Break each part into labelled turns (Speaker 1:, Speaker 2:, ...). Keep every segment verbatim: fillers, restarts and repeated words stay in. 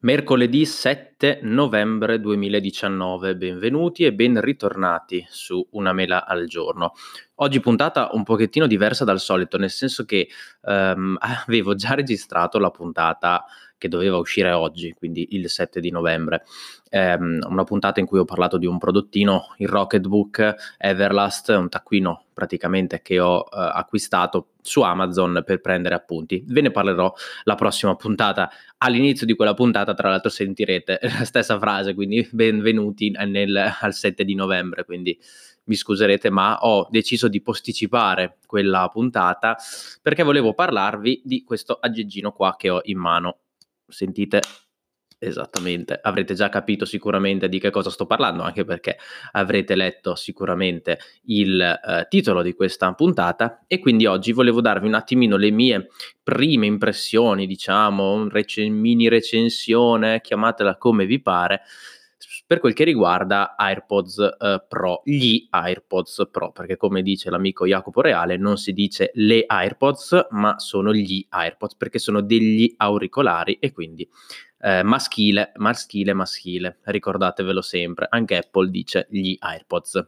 Speaker 1: Mercoledì sette novembre duemiladiciannove, benvenuti e ben ritornati su Una mela al giorno. Oggi puntata un pochettino diversa dal solito, nel senso che ehm, avevo già registrato la puntata che doveva uscire oggi, quindi il sette di novembre. Ehm, una puntata in cui ho parlato di un prodottino, il Rocketbook Everlast, un taccuino praticamente che ho eh, acquistato su Amazon per prendere appunti. Ve ne parlerò la prossima puntata. All'inizio di quella puntata, tra l'altro, sentirete la stessa frase, quindi benvenuti nel, al sette di novembre, quindi mi scuserete, ma ho deciso di posticipare quella puntata perché volevo parlarvi di questo aggeggino qua che ho in mano. Sentite? Esattamente, avrete già capito sicuramente di che cosa sto parlando, anche perché avrete letto sicuramente il eh, titolo di questa puntata, e quindi oggi volevo darvi un attimino le mie prime impressioni, diciamo, un rec- mini recensione, chiamatela come vi pare, per quel che riguarda AirPods eh, Pro, gli AirPods Pro, perché come dice l'amico Jacopo Reale non si dice le AirPods, ma sono gli AirPods, perché sono degli auricolari e quindi eh, maschile, maschile, maschile, ricordatevelo sempre, anche Apple dice gli AirPods.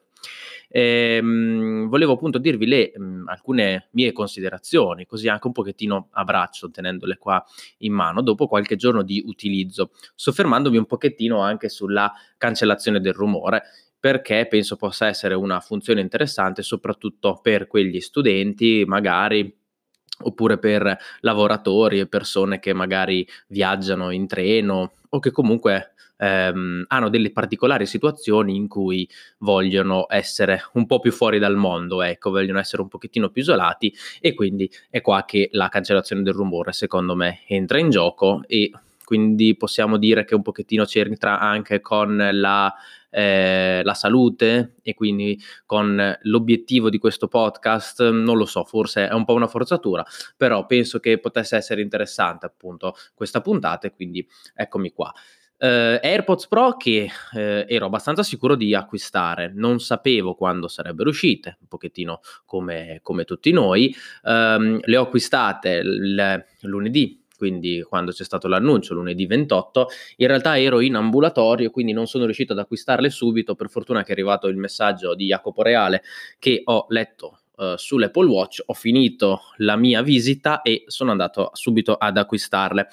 Speaker 1: Ehm, volevo appunto dirvi le, mh, alcune mie considerazioni, così anche un pochettino a braccio, tenendole qua in mano, dopo qualche giorno di utilizzo, soffermandomi un pochettino anche sulla cancellazione del rumore, perché penso possa essere una funzione interessante soprattutto per quegli studenti, magari, oppure per lavoratori e persone che magari viaggiano in treno o che comunque ehm, hanno delle particolari situazioni in cui vogliono essere un po' più fuori dal mondo, ecco, vogliono essere un pochettino più isolati, e quindi è qua che la cancellazione del rumore secondo me entra in gioco, e quindi possiamo dire che un pochettino c'entra anche con la, eh, la salute, e quindi con l'obiettivo di questo podcast. Non lo so, forse è un po' una forzatura, però penso che potesse essere interessante appunto questa puntata, e quindi eccomi qua. Uh, AirPods Pro che uh, ero abbastanza sicuro di acquistare, non sapevo quando sarebbero uscite, un pochettino come, come tutti noi. Um, le ho acquistate l- lunedì, quindi quando c'è stato l'annuncio, lunedì ventotto. In realtà ero in ambulatorio, quindi non sono riuscito ad acquistarle subito. Per fortuna che è arrivato il messaggio di Jacopo Reale, che ho letto uh, sull'Apple Watch, ho finito la mia visita e sono andato subito ad acquistarle.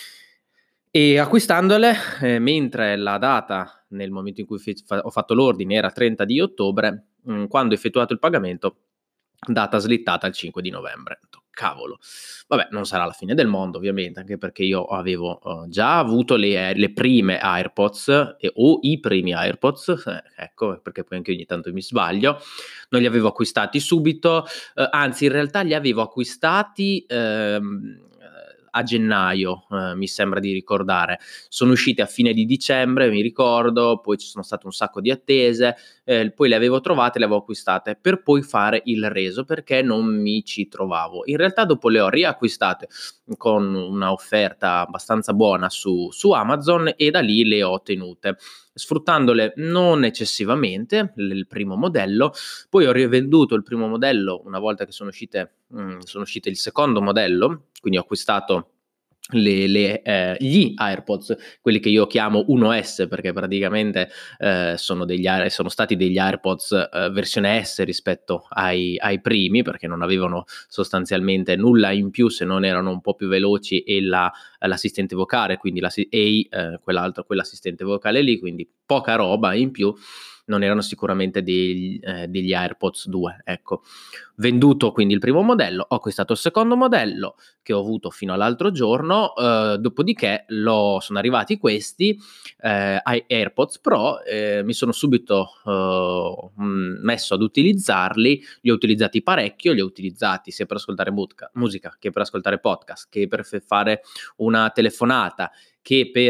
Speaker 1: E acquistandole, eh, mentre la data nel momento in cui fe- fa- ho fatto l'ordine era trenta di ottobre, mh, quando ho effettuato il pagamento, data slittata al cinque di novembre. Ho detto, cavolo, vabbè, non sarà la fine del mondo ovviamente, anche perché io avevo uh, già avuto le, le prime AirPods e, o i primi AirPods, eh, ecco, perché poi anche ogni tanto mi sbaglio. Non li avevo acquistati subito, eh, anzi in realtà li avevo acquistati ehm, a gennaio, eh, mi sembra di ricordare. Sono usciti a fine di dicembre, mi ricordo, poi ci sono state un sacco di attese, eh, poi le avevo trovate, le avevo acquistate per poi fare il reso perché non mi ci trovavo. In realtà dopo le ho riacquistate con una offerta abbastanza buona su, su Amazon, e da lì le ho tenute, sfruttandole non eccessivamente il primo modello. Poi ho rivenduto il primo modello una volta che sono uscite mh, sono uscite il secondo modello, quindi ho acquistato le, le, eh, gli AirPods, quelli che io chiamo uno S, perché praticamente eh, sono, degli, sono stati degli AirPods eh, versione S rispetto ai, ai primi, perché non avevano sostanzialmente nulla in più se non erano un po' più veloci, e la, l'assistente vocale, quindi la, e eh, quell'altro, quell'assistente vocale lì, quindi poca roba in più. Non erano sicuramente degli, eh, degli AirPods due, ecco. Venduto quindi il primo modello, ho acquistato il secondo modello che ho avuto fino all'altro giorno, eh, dopodiché lo, sono arrivati questi eh, AirPods Pro, eh, mi sono subito eh, messo ad utilizzarli, li ho utilizzati parecchio, li ho utilizzati sia per ascoltare musica, musica che per ascoltare podcast, che per fare una telefonata, che per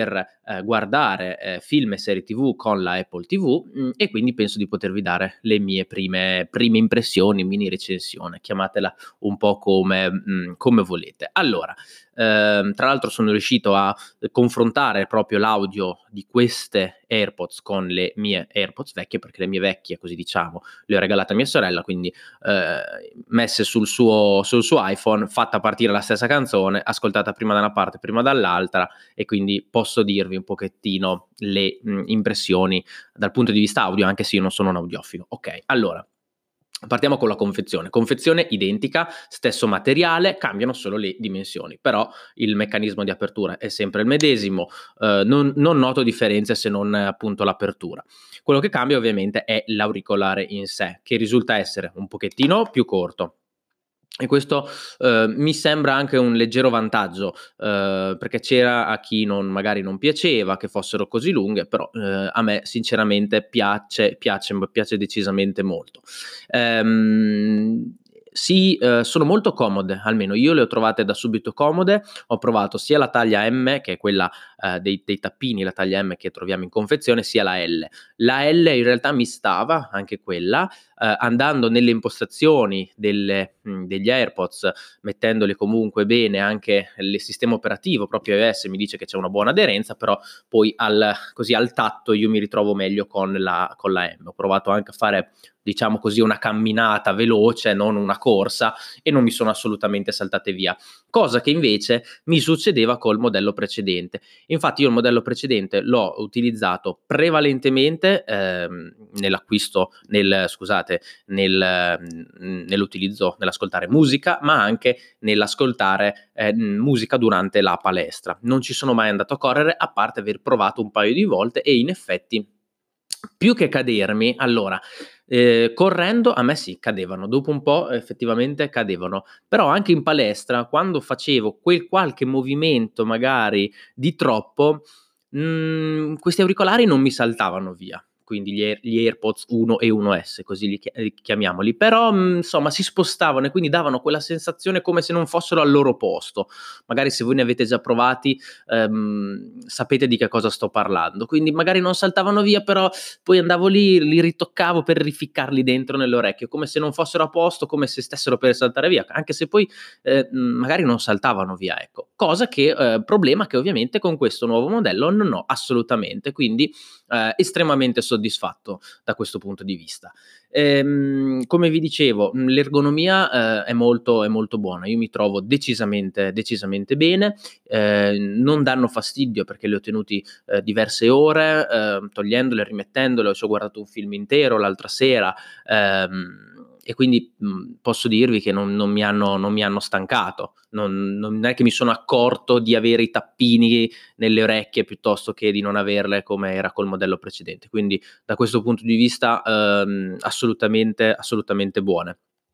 Speaker 1: eh, guardare eh, film e serie tivù con la Apple T V, mh, e quindi penso di potervi dare le mie prime, prime impressioni, mini recensione, chiamatela un po' come, mh, come volete. Allora, ehm, tra l'altro sono riuscito a confrontare proprio l'audio di queste AirPods con le mie AirPods vecchie, perché le mie vecchie, così diciamo, le ho regalate a mia sorella, quindi eh, messe sul suo, sul suo iPhone, fatta partire la stessa canzone, ascoltata prima da una parte, prima dall'altra, e quindi posso dirvi un pochettino le mh, impressioni dal punto di vista audio, anche se io non sono un audiofilo. Ok, allora, partiamo con la confezione. Confezione identica, stesso materiale, cambiano solo le dimensioni, però il meccanismo di apertura è sempre il medesimo, eh, non, non noto differenze se non eh, appunto l'apertura. Quello che cambia ovviamente è l'auricolare in sé, che risulta essere un pochettino più corto. E questo eh, mi sembra anche un leggero vantaggio, eh, perché c'era a chi non, magari non piaceva che fossero così lunghe, però eh, a me sinceramente piace, piace, piace decisamente molto. Ehm, sì, eh, sono molto comode, almeno io le ho trovate da subito comode. Ho provato sia la taglia M, che è quella eh, dei, dei tappini, la taglia M che troviamo in confezione, sia la L. La L in realtà mi stava, anche quella, eh, andando nelle impostazioni delle, mh, degli AirPods, mettendoli comunque bene, anche il sistema operativo, proprio iOS mi dice che c'è una buona aderenza, però poi al, così al tatto io mi ritrovo meglio con la, con la M. Ho provato anche a fare, diciamo così, una camminata veloce, non una corsa, e non mi sono assolutamente saltate via, cosa che invece mi succedeva col modello precedente. Infatti io il modello precedente l'ho utilizzato prevalentemente ehm, nell'acquisto, nel, scusate, nel, mh, nell'utilizzo, nell'ascoltare musica, ma anche nell'ascoltare eh, musica durante la palestra. Non ci sono mai andato a correre, a parte aver provato un paio di volte, e in effetti più che cadermi, allora, eh, correndo a me sì, cadevano, dopo un po' effettivamente cadevano, però anche in palestra, quando facevo quel qualche movimento magari di troppo, mh, questi auricolari non mi saltavano via. Quindi gli, Air, gli AirPods uno e uno S, così li chi- chiamiamoli, però mh, insomma si spostavano e quindi davano quella sensazione come se non fossero al loro posto. Magari se voi ne avete già provati, ehm, sapete di che cosa sto parlando. Quindi magari non saltavano via, però poi andavo lì, li ritoccavo per rificcarli dentro nell'orecchio, come se non fossero a posto, come se stessero per saltare via, anche se poi eh, magari non saltavano via, ecco. Cosa che, eh, problema che ovviamente con questo nuovo modello non ho assolutamente, quindi eh, estremamente soddisfatto da questo punto di vista. Ehm, come vi dicevo, l'ergonomia eh, è, molto, è molto buona, io mi trovo decisamente, decisamente bene, eh, non danno fastidio perché li ho tenuti eh, diverse ore, eh, togliendole, rimettendole, ci ho guardato un film intero l'altra sera, ehm, e quindi mh, posso dirvi che non, non, mi hanno, non mi hanno stancato, non, non è che mi sono accorto di avere i tappini nelle orecchie piuttosto che di non averle come era col modello precedente, quindi da questo punto di vista ehm, assolutamente, assolutamente buone.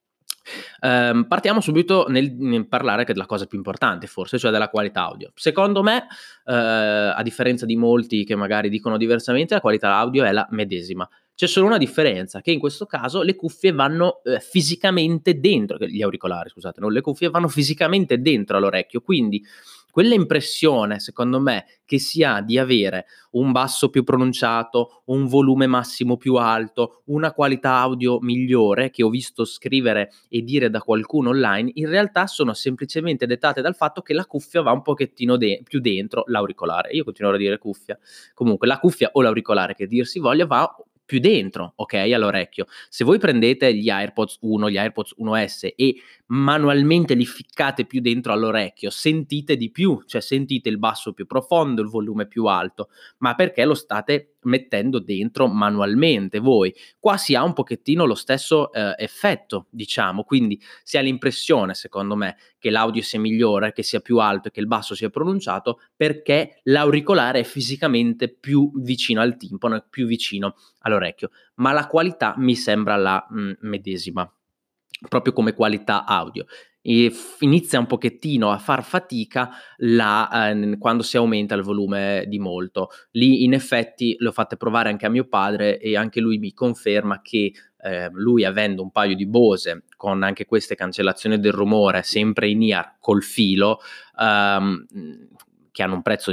Speaker 1: Um, partiamo subito nel, nel parlare che della cosa più importante, forse, cioè della qualità audio. Secondo me, uh, a differenza di molti che magari dicono diversamente, la qualità audio è la medesima. C'è solo una differenza, che in questo caso le cuffie vanno eh, fisicamente dentro, gli auricolari, scusate, non le cuffie vanno fisicamente dentro all'orecchio, quindi quella impressione, secondo me, che si ha di avere un basso più pronunciato, un volume massimo più alto, una qualità audio migliore, che ho visto scrivere e dire da qualcuno online, in realtà sono semplicemente dettate dal fatto che la cuffia va un pochettino de- più dentro l'auricolare. Io continuerò a dire cuffia. Comunque la cuffia o l'auricolare, che dir si voglia, va più dentro, ok, all'orecchio. Se voi prendete gli AirPods uno, gli AirPods uno S e manualmente li ficcate più dentro all'orecchio, sentite di più, cioè sentite il basso più profondo, il volume più alto, ma perché lo state mettendo dentro manualmente voi. Qua si ha un pochettino lo stesso eh, effetto, diciamo, quindi si ha l'impressione, secondo me, che l'audio sia migliore, che sia più alto e che il basso sia pronunciato, perché l'auricolare è fisicamente più vicino al timpano, più vicino all'orecchio, ma la qualità mi sembra la mh, medesima, proprio come qualità audio. E f- inizia un pochettino a far fatica la, eh, quando si aumenta il volume di molto. Lì in effetti l'ho fatte provare anche a mio padre e anche lui mi conferma che eh, lui, avendo un paio di Bose con anche queste cancellazioni del rumore sempre in ear col filo, ehm, che hanno un prezzo in-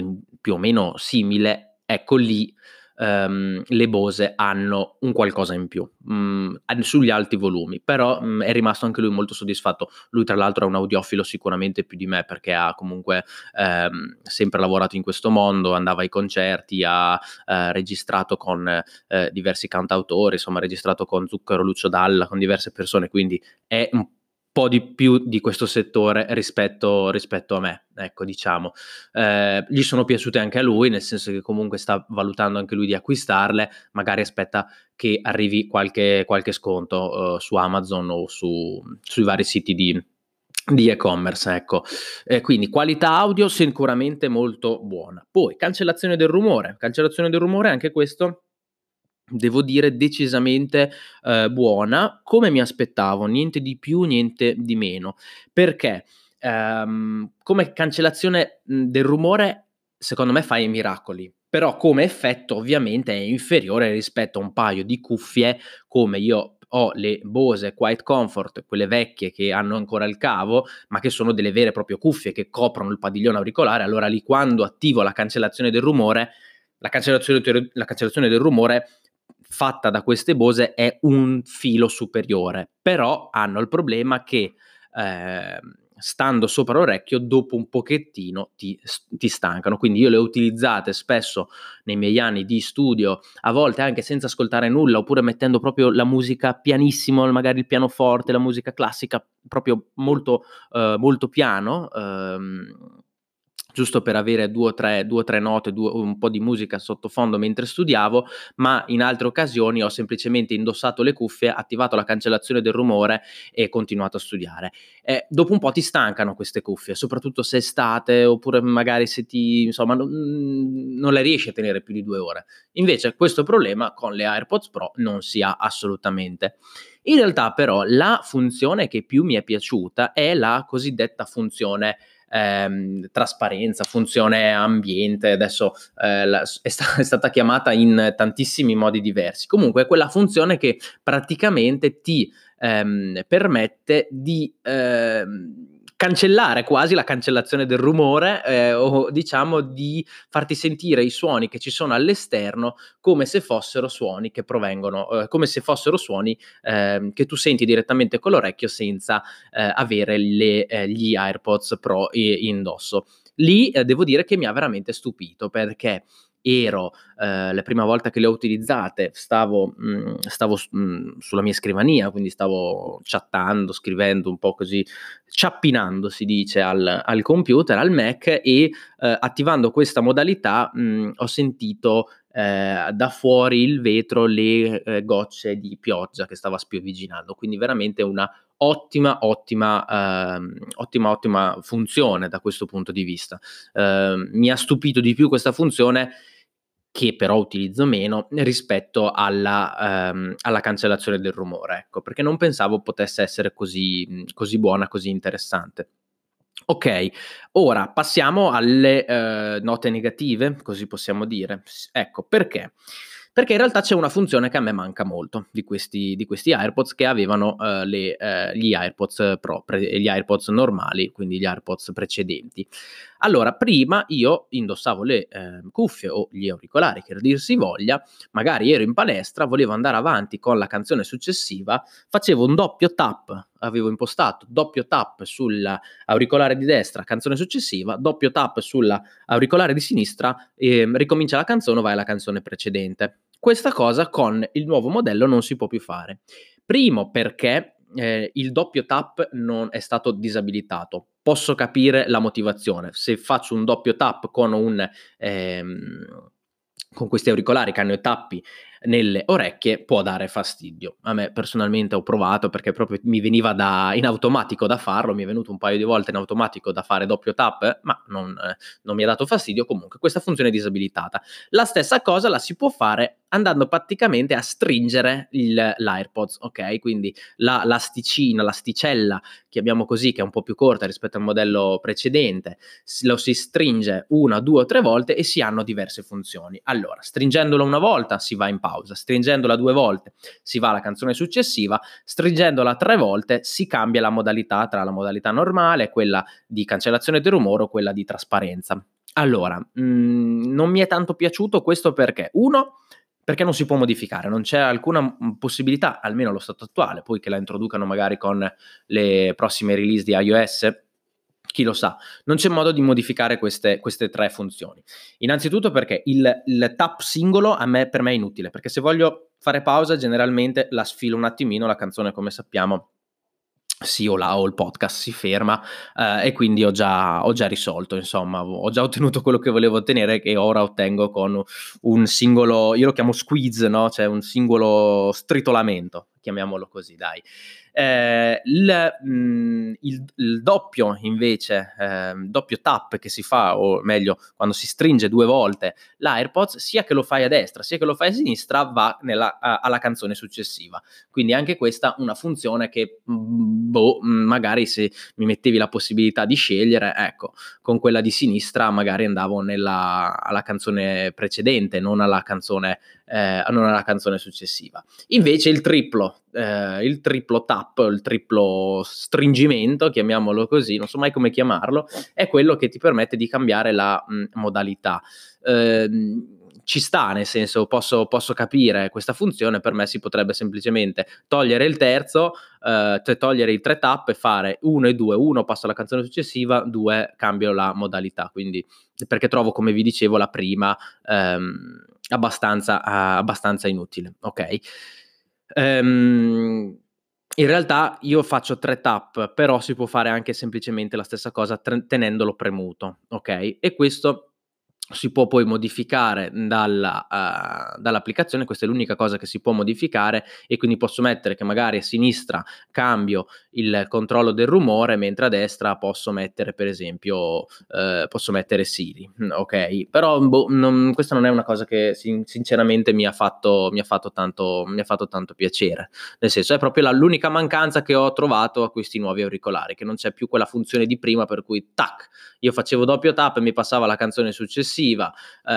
Speaker 1: più o meno simile, ecco lì ehm, le Bose hanno un qualcosa in più mh, sugli alti volumi, però mh, è rimasto anche lui molto soddisfatto. Lui tra l'altro è un audiofilo sicuramente più di me, perché ha comunque ehm, sempre lavorato in questo mondo, andava ai concerti, ha eh, registrato con eh, diversi cantautori, insomma ha registrato con Zucchero, Lucio Dalla, con diverse persone, quindi è un po' di più di questo settore rispetto, rispetto a me, ecco, diciamo. Eh, gli sono piaciute anche a lui, nel senso che comunque sta valutando anche lui di acquistarle, magari aspetta che arrivi qualche, qualche sconto uh, su Amazon o su, sui vari siti di, di e-commerce, ecco. Eh, quindi qualità audio sicuramente molto buona. Poi cancellazione del rumore, cancellazione del rumore anche questo devo dire decisamente eh, buona, come mi aspettavo, niente di più, niente di meno. Perché ehm, come cancellazione mh, del rumore, secondo me fa i miracoli, però come effetto ovviamente è inferiore rispetto a un paio di cuffie come io ho le Bose Quiet Comfort, quelle vecchie che hanno ancora il cavo, ma che sono delle vere e proprie cuffie che coprono il padiglione auricolare. Allora lì quando attivo la cancellazione del rumore, la cancellazione, la cancellazione del rumore fatta da queste Bose è un filo superiore, però hanno il problema che eh, stando sopra l'orecchio dopo un pochettino ti, ti stancano, quindi io le ho utilizzate spesso nei miei anni di studio, a volte anche senza ascoltare nulla, oppure mettendo proprio la musica pianissimo, magari il pianoforte, la musica classica proprio molto, eh, molto piano, ehm, giusto per avere due o tre, due o tre note, due, un po' di musica sottofondo mentre studiavo, ma in altre occasioni ho semplicemente indossato le cuffie, attivato la cancellazione del rumore e continuato a studiare. Eh, dopo un po' ti stancano queste cuffie, soprattutto se è estate, oppure magari se ti, insomma, non, non le riesci a tenere più di due ore. Invece questo problema con le AirPods Pro non si ha assolutamente. In realtà però la funzione che più mi è piaciuta è la cosiddetta funzione Ehm, trasparenza, funzione ambiente, adesso eh, la, è, sta, è stata chiamata in tantissimi modi diversi. Comunque è quella funzione che praticamente ti ehm, permette di ehm, cancellare quasi la cancellazione del rumore eh, o diciamo di farti sentire i suoni che ci sono all'esterno come se fossero suoni che provengono, eh, come se fossero suoni eh, che tu senti direttamente con l'orecchio senza eh, avere le, eh, gli AirPods Pro indosso. Lì eh, devo dire che mi ha veramente stupito, perché ero eh, la prima volta che le ho utilizzate, stavo, mh, stavo mh, sulla mia scrivania, quindi stavo chattando, scrivendo un po' così, ciappinando si dice al, al computer, al Mac, e eh, attivando questa modalità mh, ho sentito eh, da fuori il vetro le eh, gocce di pioggia che stava spiovviginando, quindi veramente una ottima, ottima, ehm, ottima, ottima funzione da questo punto di vista. Eh, mi ha stupito di più questa funzione, che però utilizzo meno, rispetto alla, ehm, alla cancellazione del rumore, ecco, perché non pensavo potesse essere così, così buona, così interessante. Ok, ora passiamo alle eh, note negative, così possiamo dire. S- ecco, perché? Perché in realtà c'è una funzione che a me manca molto di questi, di questi AirPods che avevano eh, le, eh, gli AirPods Pro, pre- gli AirPods normali, quindi gli AirPods precedenti. Allora, prima io indossavo le eh, cuffie o gli auricolari, che dir si voglia, magari ero in palestra, volevo andare avanti con la canzone successiva, facevo un doppio tap, avevo impostato doppio tap sull'auricolare di destra, canzone successiva, doppio tap sull'auricolare di sinistra, e ricomincia la canzone o vai alla canzone precedente. Questa cosa con il nuovo modello non si può più fare. Primo perché eh, il doppio tap non è stato disabilitato. Posso capire la motivazione. Se faccio un doppio tap con un ehm, con questi auricolari che hanno i tappi nelle orecchie può dare fastidio. A me personalmente ho provato, perché proprio mi veniva da, in automatico da farlo, mi è venuto un paio di volte in automatico da fare doppio tap, ma non, eh, non mi ha dato fastidio. Comunque questa funzione è disabilitata. La stessa cosa la si può fare andando praticamente a stringere il, l'AirPods, ok? Quindi la l'asticina, l'asticella, chiamiamo così, che è un po' più corta rispetto al modello precedente, lo si stringe una, due o tre volte e si hanno diverse funzioni. Allora, stringendola una volta si va in pausa, stringendola due volte si va alla canzone successiva, stringendola tre volte si cambia la modalità tra la modalità normale, quella di cancellazione del rumore o quella di trasparenza. Allora, mhmm, non mi è tanto piaciuto questo perché: uno, perché non si può modificare, non c'è alcuna, mhmm, possibilità, almeno allo stato attuale, poi che la introducano magari con le prossime release di iOS, chi lo sa, non c'è modo di modificare queste queste tre funzioni. Innanzitutto perché il il tap singolo a me per me è inutile, perché se voglio fare pausa generalmente la sfilo un attimino, la canzone come sappiamo sì o là o il podcast si ferma, ehm, e quindi ho già ho già risolto insomma, ho già ottenuto quello che volevo ottenere, che ora ottengo con un singolo, io lo chiamo squeeze, no, cioè un singolo stritolamento, chiamiamolo così dai. Ehm, il mhmm, il il doppio invece, ehm, doppio tap che si fa, o meglio quando si stringe due volte l'AirPods, sia che lo fai a destra, sia che lo fai a sinistra, va nella a alla canzone successiva. Quindi anche questa una funzione che, mhmm, boh, mhmm, magari se mi mettevi la possibilità di scegliere, ecco, con quella di sinistra magari andavo nella alla canzone precedente, non alla canzone ehm, non alla canzone successiva. Invece il triplo, ehm, il triplo tap, il triplo stringimento, chiamiamolo così, non so mai come chiamarlo, è quello che ti permette di cambiare la, mhmm, modalità. Ehm, ci sta, nel senso posso posso capire questa funzione, per me si potrebbe semplicemente togliere il terzo, ehm, cioè togliere i tre tap e fare uno e due, uno passo alla canzone successiva, due cambio la modalità, quindi perché trovo, come vi dicevo, la prima, ehm, abbastanza a abbastanza inutile, okay? Ehm, in realtà io faccio tre tap, però si può fare anche semplicemente la stessa cosa tren tenendolo premuto, okay? E questo si può poi modificare dalla uhm, dall'applicazione, questa è l'unica cosa che si può modificare, e quindi posso mettere che magari a sinistra cambio il controllo del rumore, mentre a destra posso mettere per esempio ehm, posso mettere Siri, mhmm, okay, però boh, non questa non è una cosa che sin sinceramente mi ha fatto mi ha fatto tanto mi ha fatto tanto piacere. Nel senso, è proprio la l'unica mancanza che ho trovato a questi nuovi auricolari, che non c'è più quella funzione di prima per cui tac, io facevo doppio tap e mi passava la canzone successiva,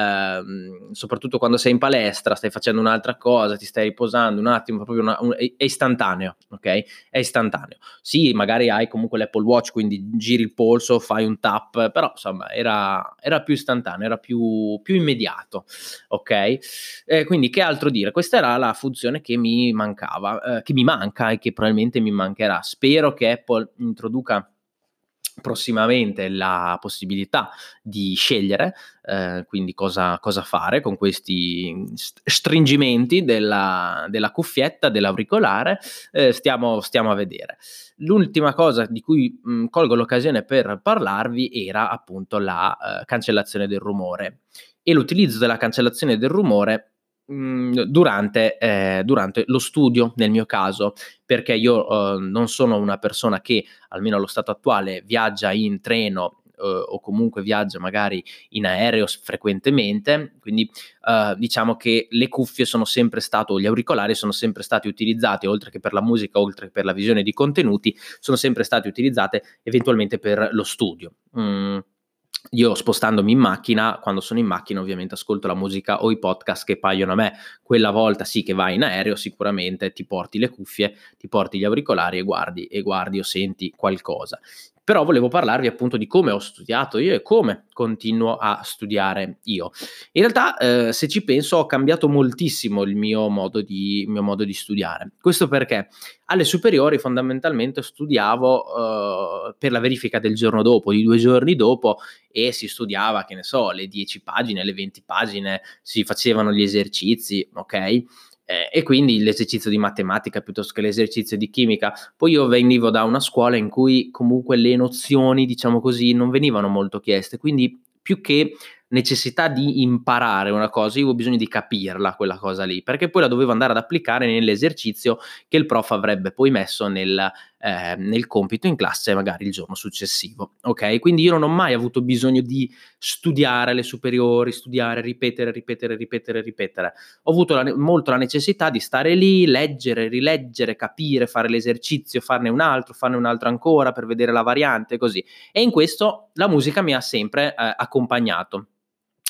Speaker 1: ehm, soprattutto quando sei in palestra, stai facendo un'altra cosa, ti stai riposando un attimo, proprio una un è è istantaneo, okay, è istantaneo. Sì, magari hai comunque l'Apple Watch, quindi giri il polso, fai un tap, però insomma era era più istantaneo, era più più immediato, okay? Ehm, quindi che altro dire? Questa era la funzione che mi mancava, ehm, che mi manca e che probabilmente mi mancherà. Spero che Apple introduca prossimamente la possibilità di scegliere, ehm, quindi cosa cosa fare con questi st stringimenti della della cuffietta, dell'auricolare, ehm, stiamo stiamo a vedere. L'ultima cosa di cui, mhmm, colgo l'occasione per parlarvi era appunto la, ehm, cancellazione del rumore e l'utilizzo della cancellazione del rumore, mhmm, durante ehm, durante lo studio, nel mio caso, perché io, uhm, non sono una persona che, almeno allo stato attuale, viaggia in treno, uhm, o comunque viaggia magari in aereo s frequentemente, quindi, uhm, diciamo che le cuffie sono sempre stato o gli auricolari sono sempre stati utilizzati, oltre che per la musica, oltre che per la visione di contenuti, sono sempre state utilizzate eventualmente per lo studio. Mhmm, io spostandomi in macchina, quando sono in macchina ovviamente ascolto la musica o i podcast che paiono a me. Quella volta sì che vai in aereo, sicuramente ti porti le cuffie, ti porti gli auricolari e guardi e guardi o senti qualcosa. Però volevo parlarvi appunto di come ho studiato io e come continuo a studiare io. In realtà, ehm, se ci penso, ho cambiato moltissimo il mio modo di il mio modo di studiare. Questo perché alle superiori fondamentalmente studiavo, uhm, per la verifica del giorno dopo, di due giorni dopo, e si studiava, che ne so, le dieci pagine, le venti pagine, si facevano gli esercizi, okay? Ehm, e quindi l'esercizio di matematica piuttosto che l'esercizio di chimica. Poi io venivo da una scuola in cui comunque le nozioni, diciamo così, non venivano molto chieste, quindi più che necessità di imparare una cosa, io avevo bisogno di capirla quella cosa lì, perché poi la dovevo andare ad applicare nell'esercizio che il prof avrebbe poi messo nel ehm, nel compito in classe magari il giorno successivo, okay? Quindi io non ho mai avuto bisogno di studiare alle superiori, studiare, ripetere, ripetere, ripetere, ripetere. Ho avuto la ne molto la necessità di stare lì, leggere, rileggere, capire, fare l'esercizio, farne un altro, farne un altro ancora per vedere la variante, così. E in questo la musica mi ha sempre, ehm, accompagnato.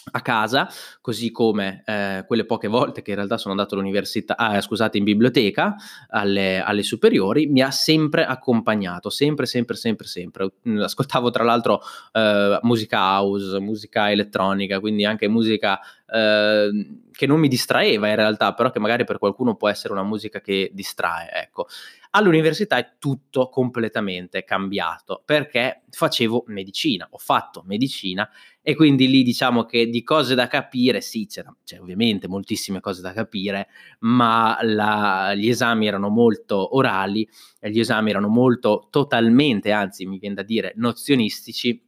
Speaker 1: a casa, così come, ehm, quelle poche volte che in realtà sono andato all'università ah, scusate, in biblioteca alle alle superiori, mi ha sempre accompagnato, sempre, sempre, sempre, sempre. Mhmm, ascoltavo tra l'altro, ehm, musica house, musica elettronica, quindi anche musica, ehm, che non mi distraeva in realtà, però che magari per qualcuno può essere una musica che distrae, ecco. All'università è tutto completamente cambiato, perché facevo medicina, ho fatto medicina e quindi lì diciamo che di cose da capire sì, c'era c'è ovviamente moltissime cose da capire, ma la gli esami erano molto orali e gli esami erano molto totalmente, anzi mi vien da dire nozionistici.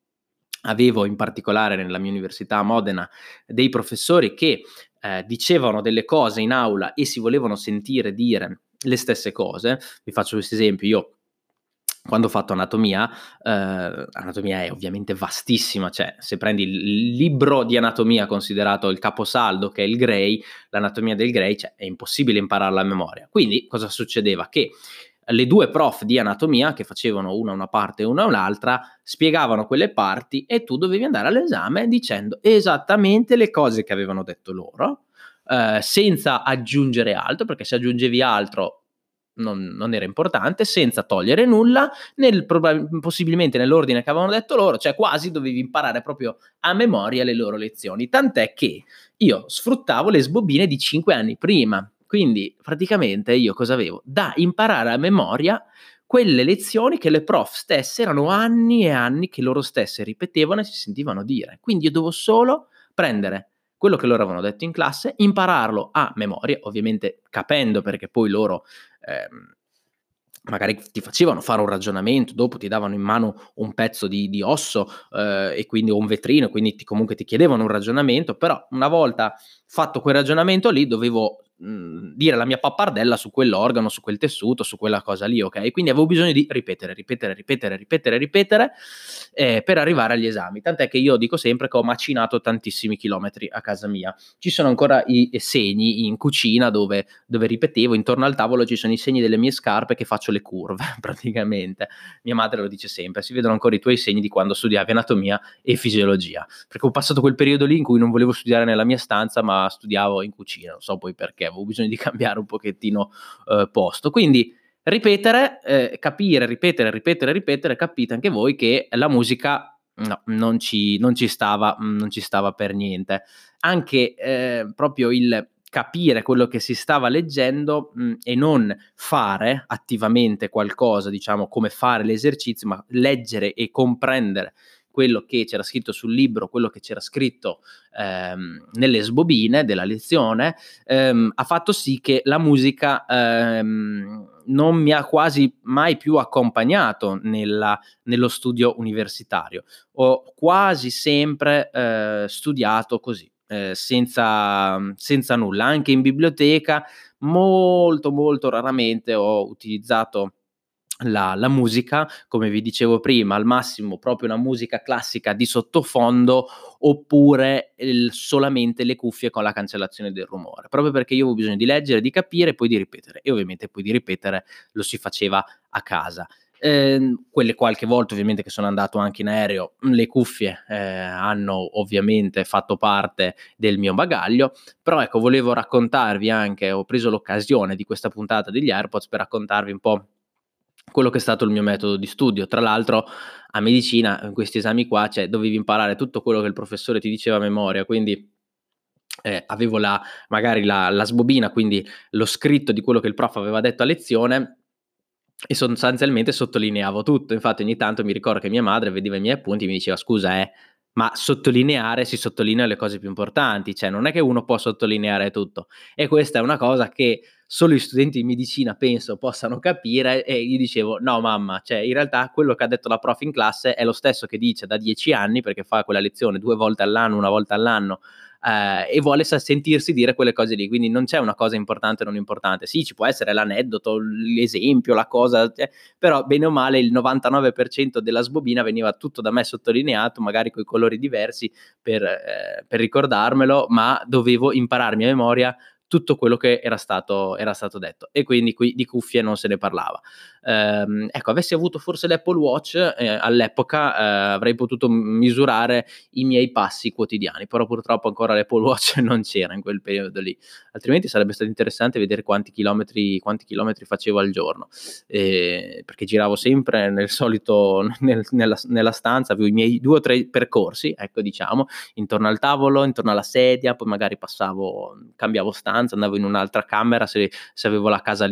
Speaker 1: Avevo in particolare nella mia università a Modena dei professori che, ehm, dicevano delle cose in aula e si volevano sentire dire le stesse cose. Vi faccio questo esempio: io quando ho fatto anatomia, ehm, anatomia è ovviamente vastissima, cioè se prendi il il libro di anatomia considerato il caposaldo che è il Gray, l'anatomia del Gray, cioè è impossibile impararla a memoria. Quindi cosa succedeva? Che le due prof di anatomia, che facevano una una parte e una un'altra, spiegavano quelle parti e tu dovevi andare all'esame dicendo esattamente le cose che avevano detto loro, ehm, senza aggiungere altro, perché se aggiungevi altro non non era importante, senza togliere nulla, nel proba possibilmente nell'ordine che avevano detto loro, cioè quasi dovevi imparare proprio a memoria le loro lezioni. Tant'è che io sfruttavo le sbobine di cinque anni prima. Quindi praticamente io cosa avevo? Da imparare a memoria quelle lezioni che le prof stesse erano anni e anni che loro stesse ripetevano e si sentivano dire. Quindi io dovevo solo prendere quello che loro avevano detto in classe, impararlo a memoria, ovviamente capendo perché poi loro ehm, magari ti facevano fare un ragionamento, dopo ti davano in mano un pezzo di di osso, ehm, e quindi o un vetrino, quindi ti comunque ti chiedevano un ragionamento, però una volta fatto quel ragionamento lì dovevo, mhmm, dire la mia pappardella su quell'organo, su quel tessuto, su quella cosa lì, okay, quindi avevo bisogno di ripetere, ripetere, ripetere, ripetere, ripetere, ehm, per arrivare agli esami. Tant'è che io dico sempre che ho macinato tantissimi chilometri a casa mia. Ci sono ancora i segni in cucina dove dove ripetevo, intorno al tavolo ci sono i segni delle mie scarpe che faccio le curve praticamente. Mia madre lo dice sempre: "Si vedono ancora i tuoi segni di quando studiavi anatomia e fisiologia", perché ho passato quel periodo lì in cui non volevo studiare nella mia stanza, ma studiavo in cucina, non so poi perché, avevo bisogno di cambiare un pochettino, uhm, posto. Quindi ripetere, ehm, capire, ripetere, ripetere, ripetere, capite anche voi che la musica no, non ci non ci stava mhmm, non ci stava per niente. Anche, ehm, proprio il capire quello che si stava leggendo, mhmm, e non fare attivamente qualcosa, diciamo come fare l'esercizio, ma leggere e comprendere quello che c'era scritto sul libro, quello che c'era scritto, ehm, nelle sbobine della lezione, ehm, ha fatto sì che la musica, ehm, non mi ha quasi mai più accompagnato nella nello studio universitario. Ho quasi sempre, ehm, studiato così, ehm, senza mhmm, senza nulla. Anche in biblioteca molto, molto raramente ho utilizzato la la musica, come vi dicevo prima, al massimo proprio una musica classica di sottofondo, oppure il solamente le cuffie con la cancellazione del rumore, proprio perché io avevo bisogno di leggere, di capire e poi di ripetere e ovviamente poi di ripetere lo si faceva a casa. Ehm, quelle qualche volta ovviamente che sono andato anche in aereo, mhmm, le cuffie, ehm, hanno ovviamente fatto parte del mio bagaglio, però ecco volevo raccontarvi anche ho preso l'occasione di questa puntata degli AirPods per raccontarvi un po' quello che è stato il mio metodo di studio. Tra l'altro a medicina, in questi esami qua, cioè dovevi imparare tutto quello che il professore ti diceva a memoria, quindi, ehm, avevo la magari la la sbobina, quindi lo scritto di quello che il prof aveva detto a lezione e sostanzialmente sottolineavo tutto. Infatti ogni tanto mi ricordo che mia madre vedeva i miei appunti e mi diceva: "Scusa eh, ma sottolineare si sottolinea le cose più importanti, cioè non è che uno può sottolineare tutto". E questa è una cosa che solo gli studenti di medicina penso possano capire e gli dicevo: "No mamma, cioè in realtà quello che ha detto la prof in classe è lo stesso che dice da dieci anni", perché fa quella lezione due volte all'anno, una volta all'anno, ehm, e vuole sa sentirsi dire quelle cose lì. Quindi non c'è una cosa importante o non importante. Sì, ci può essere l'aneddoto, l'esempio, la cosa, cioè, però bene o male il novantanove per cento della sbobina veniva tutto da me sottolineato, magari coi colori diversi per ehm, per ricordarmelo, ma dovevo impararmi a memoria tutto quello che era stato era stato detto, e quindi qui di cuffie non se ne parlava. Ehm, ecco, avessi avuto forse l'Apple Watch, ehm, all'epoca, ehm, avrei potuto misurare i miei passi quotidiani, però purtroppo ancora l'Apple Watch non c'era in quel periodo lì, altrimenti sarebbe stato interessante vedere quanti chilometri quanti chilometri facevo al giorno, ehm, perché giravo sempre nel solito nel nella nella stanza, avevo i miei due o tre percorsi, ecco, diciamo, intorno al tavolo, intorno alla sedia, poi magari passavo cambiavo stanza, andavo in un'altra camera se se avevo la casa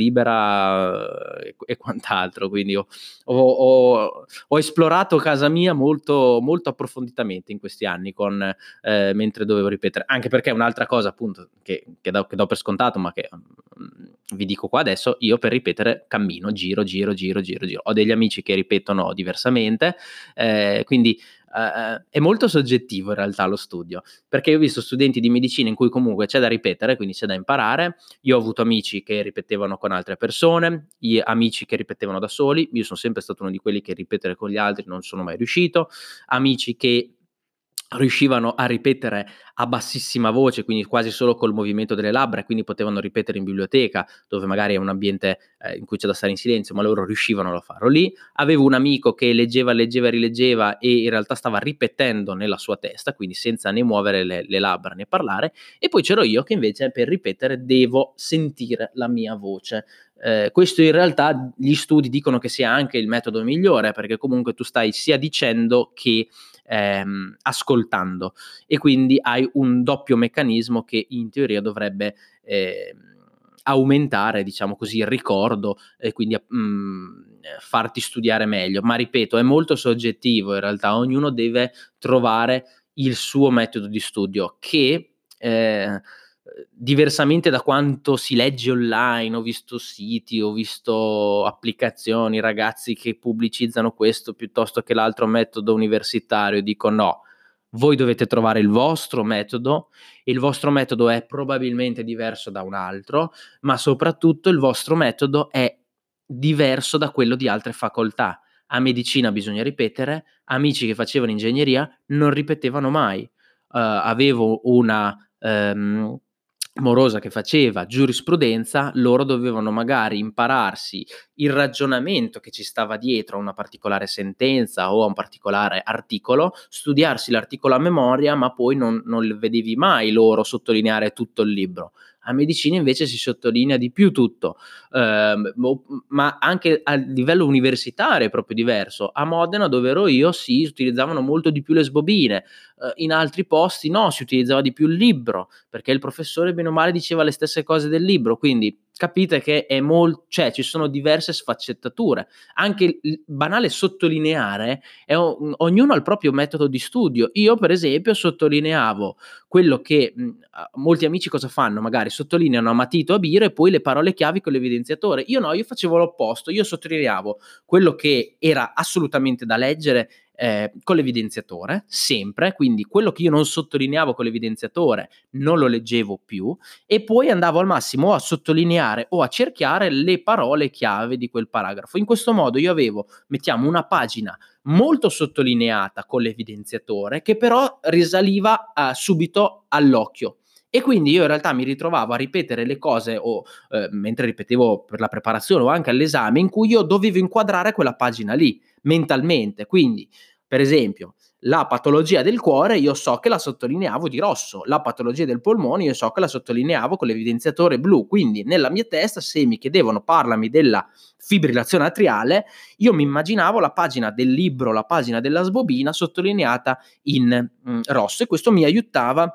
Speaker 1: libera, e e quant'altro. Quindi ho ho ho ho esplorato casa mia molto molto approfonditamente in questi anni con ehm, mentre dovevo ripetere. Anche perché un'altra cosa appunto che che do che do per scontato, ma che, mhmm, vi dico qua adesso, io per ripetere cammino, giro, giro, giro, giro, giro. Ho degli amici che ripetono diversamente, ehm, quindi, ehm, è molto soggettivo in realtà lo studio, perché io ho visto studenti di medicina in cui comunque c'è da ripetere, quindi c'è da imparare. Io ho avuto amici che ripetevano con altre persone, i amici che ripetevano da soli, io son sempre stato uno di quelli che ripetere con gli altri non sono mai riuscito, amici che riuscivano a ripetere a bassissima voce, quindi quasi solo col movimento delle labbra, e quindi potevano ripetere in biblioteca, dove magari è un ambiente, ehm, in cui c'è da stare in silenzio, ma loro riuscivano a farlo lì. Avevo un amico che leggeva, leggeva e rileggeva e in realtà stava ripetendo nella sua testa, quindi senza né muovere le le labbra né parlare, e poi c'ero io che invece per ripetere devo sentire la mia voce. Ehm, questo in realtà gli studi dicono che sia anche il metodo migliore, perché comunque tu stai sia dicendo che ehm, ascoltando, e quindi hai un doppio meccanismo che in teoria dovrebbe ehm, aumentare, diciamo così, il ricordo, e quindi a mhmm, farti studiare meglio. Ma ripeto, è molto soggettivo in realtà, ognuno deve trovare il suo metodo di studio che, ehm, diversamente da quanto si legge online, ho visto siti, ho visto applicazioni, ragazzi che pubblicizzano questo piuttosto che l'altro metodo universitario, dico: "No, voi dovete trovare il vostro metodo, il vostro metodo è probabilmente diverso da un altro, ma soprattutto il vostro metodo è diverso da quello di altre facoltà. A medicina bisogna ripetere, amici che facevano ingegneria non ripetevano mai. Uhm, avevo una, ehm, morosa che faceva giurisprudenza, loro dovevano magari impararsi il ragionamento che ci stava dietro a una particolare sentenza o a un particolare articolo, studiarsi l'articolo a memoria, ma poi non non l vedevi mai loro sottolineare tutto il libro. A medicina invece si sottolinea di più tutto, ehm, boh, m ma anche a livello universitario è proprio diverso. A Modena, dove ero io, sì, utilizzavano molto di più le sbobine, uhm, in altri posti no, si utilizzava di più il libro, perché il professore bene o male diceva le stesse cose del libro, quindi capite che è mol cioè ci sono diverse sfaccettature. Anche il il banale sottolineare è o mhmm, ognuno ha il proprio metodo di studio. Io per esempio sottolineavo quello che, mhmm, a molti amici cosa fanno? Magari sottolineano a matito, a biro e poi le parole chiavi con l'evidenziatore. Io no, io facevo l'opposto, io sottolineavo quello che era assolutamente da leggere, ehm, con l'evidenziatore, sempre, quindi quello che io non sottolineavo con l'evidenziatore non lo leggevo più, e poi andavo al massimo o a sottolineare o a cerchiare le parole chiave di quel paragrafo. In questo modo io avevo, mettiamo, una pagina molto sottolineata con l'evidenziatore che però risaliva, uhm, subito all'occhio. E quindi io in realtà mi ritrovavo a ripetere le cose o, ehm, mentre ripetevo per la preparazione o anche all'esame, in cui io dovevo inquadrare quella pagina lì, mentalmente. Quindi, per esempio, la patologia del cuore io so che la sottolineavo di rosso, la patologia del polmone io so che la sottolineavo con l'evidenziatore blu, quindi nella mia testa se mi chiedevano: "Parlami della fibrillazione atriale", io mi immaginavo la pagina del libro, la pagina della sbobina sottolineata in, mhmm, rosso, e questo mi aiutava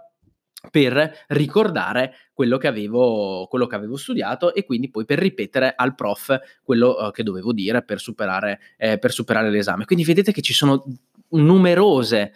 Speaker 1: per ricordare quello che avevo quello che avevo studiato, e quindi poi per ripetere al prof quello, uhm, che dovevo dire per superare ehm, per superare l'esame. Quindi vedete che ci sono numerose,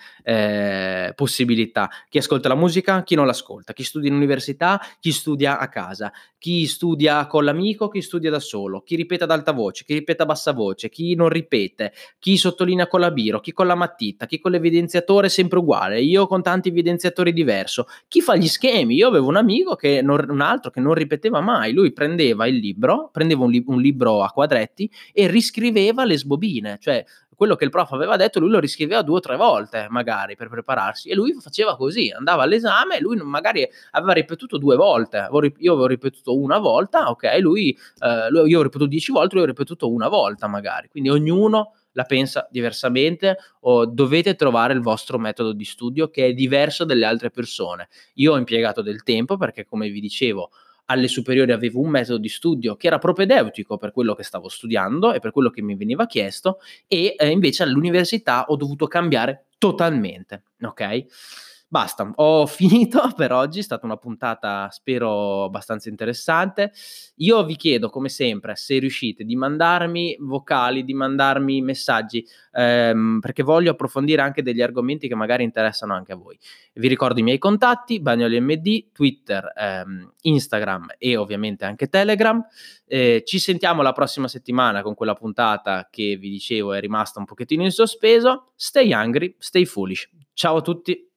Speaker 1: ehm, possibilità. Chi ascolta la musica, chi non l'ascolta, chi studia in università, chi studia a casa, chi studia con l'amico, chi studia da solo, chi ripete ad alta voce, chi ripete a bassa voce, chi non ripete, chi sottolinea con la biro, chi con la matita, chi con l'evidenziatore sempre uguale, io con tanti evidenziatori diverso, chi fa gli schemi. Io avevo un amico che non un altro che non ripeteva mai, lui prendeva il libro, prendeva un li un libro a quadretti e riscriveva le sbobine, cioè quello che il prof aveva detto lui lo riscriveva due o tre volte magari per prepararsi, e lui faceva così, andava all'esame e lui non magari aveva ripetuto due volte, avevo ri io avevo ripetuto una volta, okay, lui ehm, lui io ho ripetuto dieci volte, lui ha ripetuto una volta magari. Quindi ognuno la pensa diversamente, o dovete trovare il vostro metodo di studio che è diverso dalle altre persone. Io ho impiegato del tempo perché, come vi dicevo, alle superiori avevo un metodo di studio che era propedeutico per quello che stavo studiando e per quello che mi veniva chiesto, e eh, invece all'università ho dovuto cambiare totalmente, ok? Basta, ho finito per oggi, è stata una puntata spero abbastanza interessante. Io vi chiedo come sempre, se riuscite, di mandarmi vocali, di mandarmi messaggi, ehm, perché voglio approfondire anche degli argomenti che magari interessano anche a voi. Vi ricordo i miei contatti: Bagnoli M D, Twitter, ehm, Instagram e ovviamente anche Telegram. Ehm, ci sentiamo la prossima settimana con quella puntata che vi dicevo è rimasta un pochettino in sospeso. Stay hungry, stay foolish. Ciao a tutti.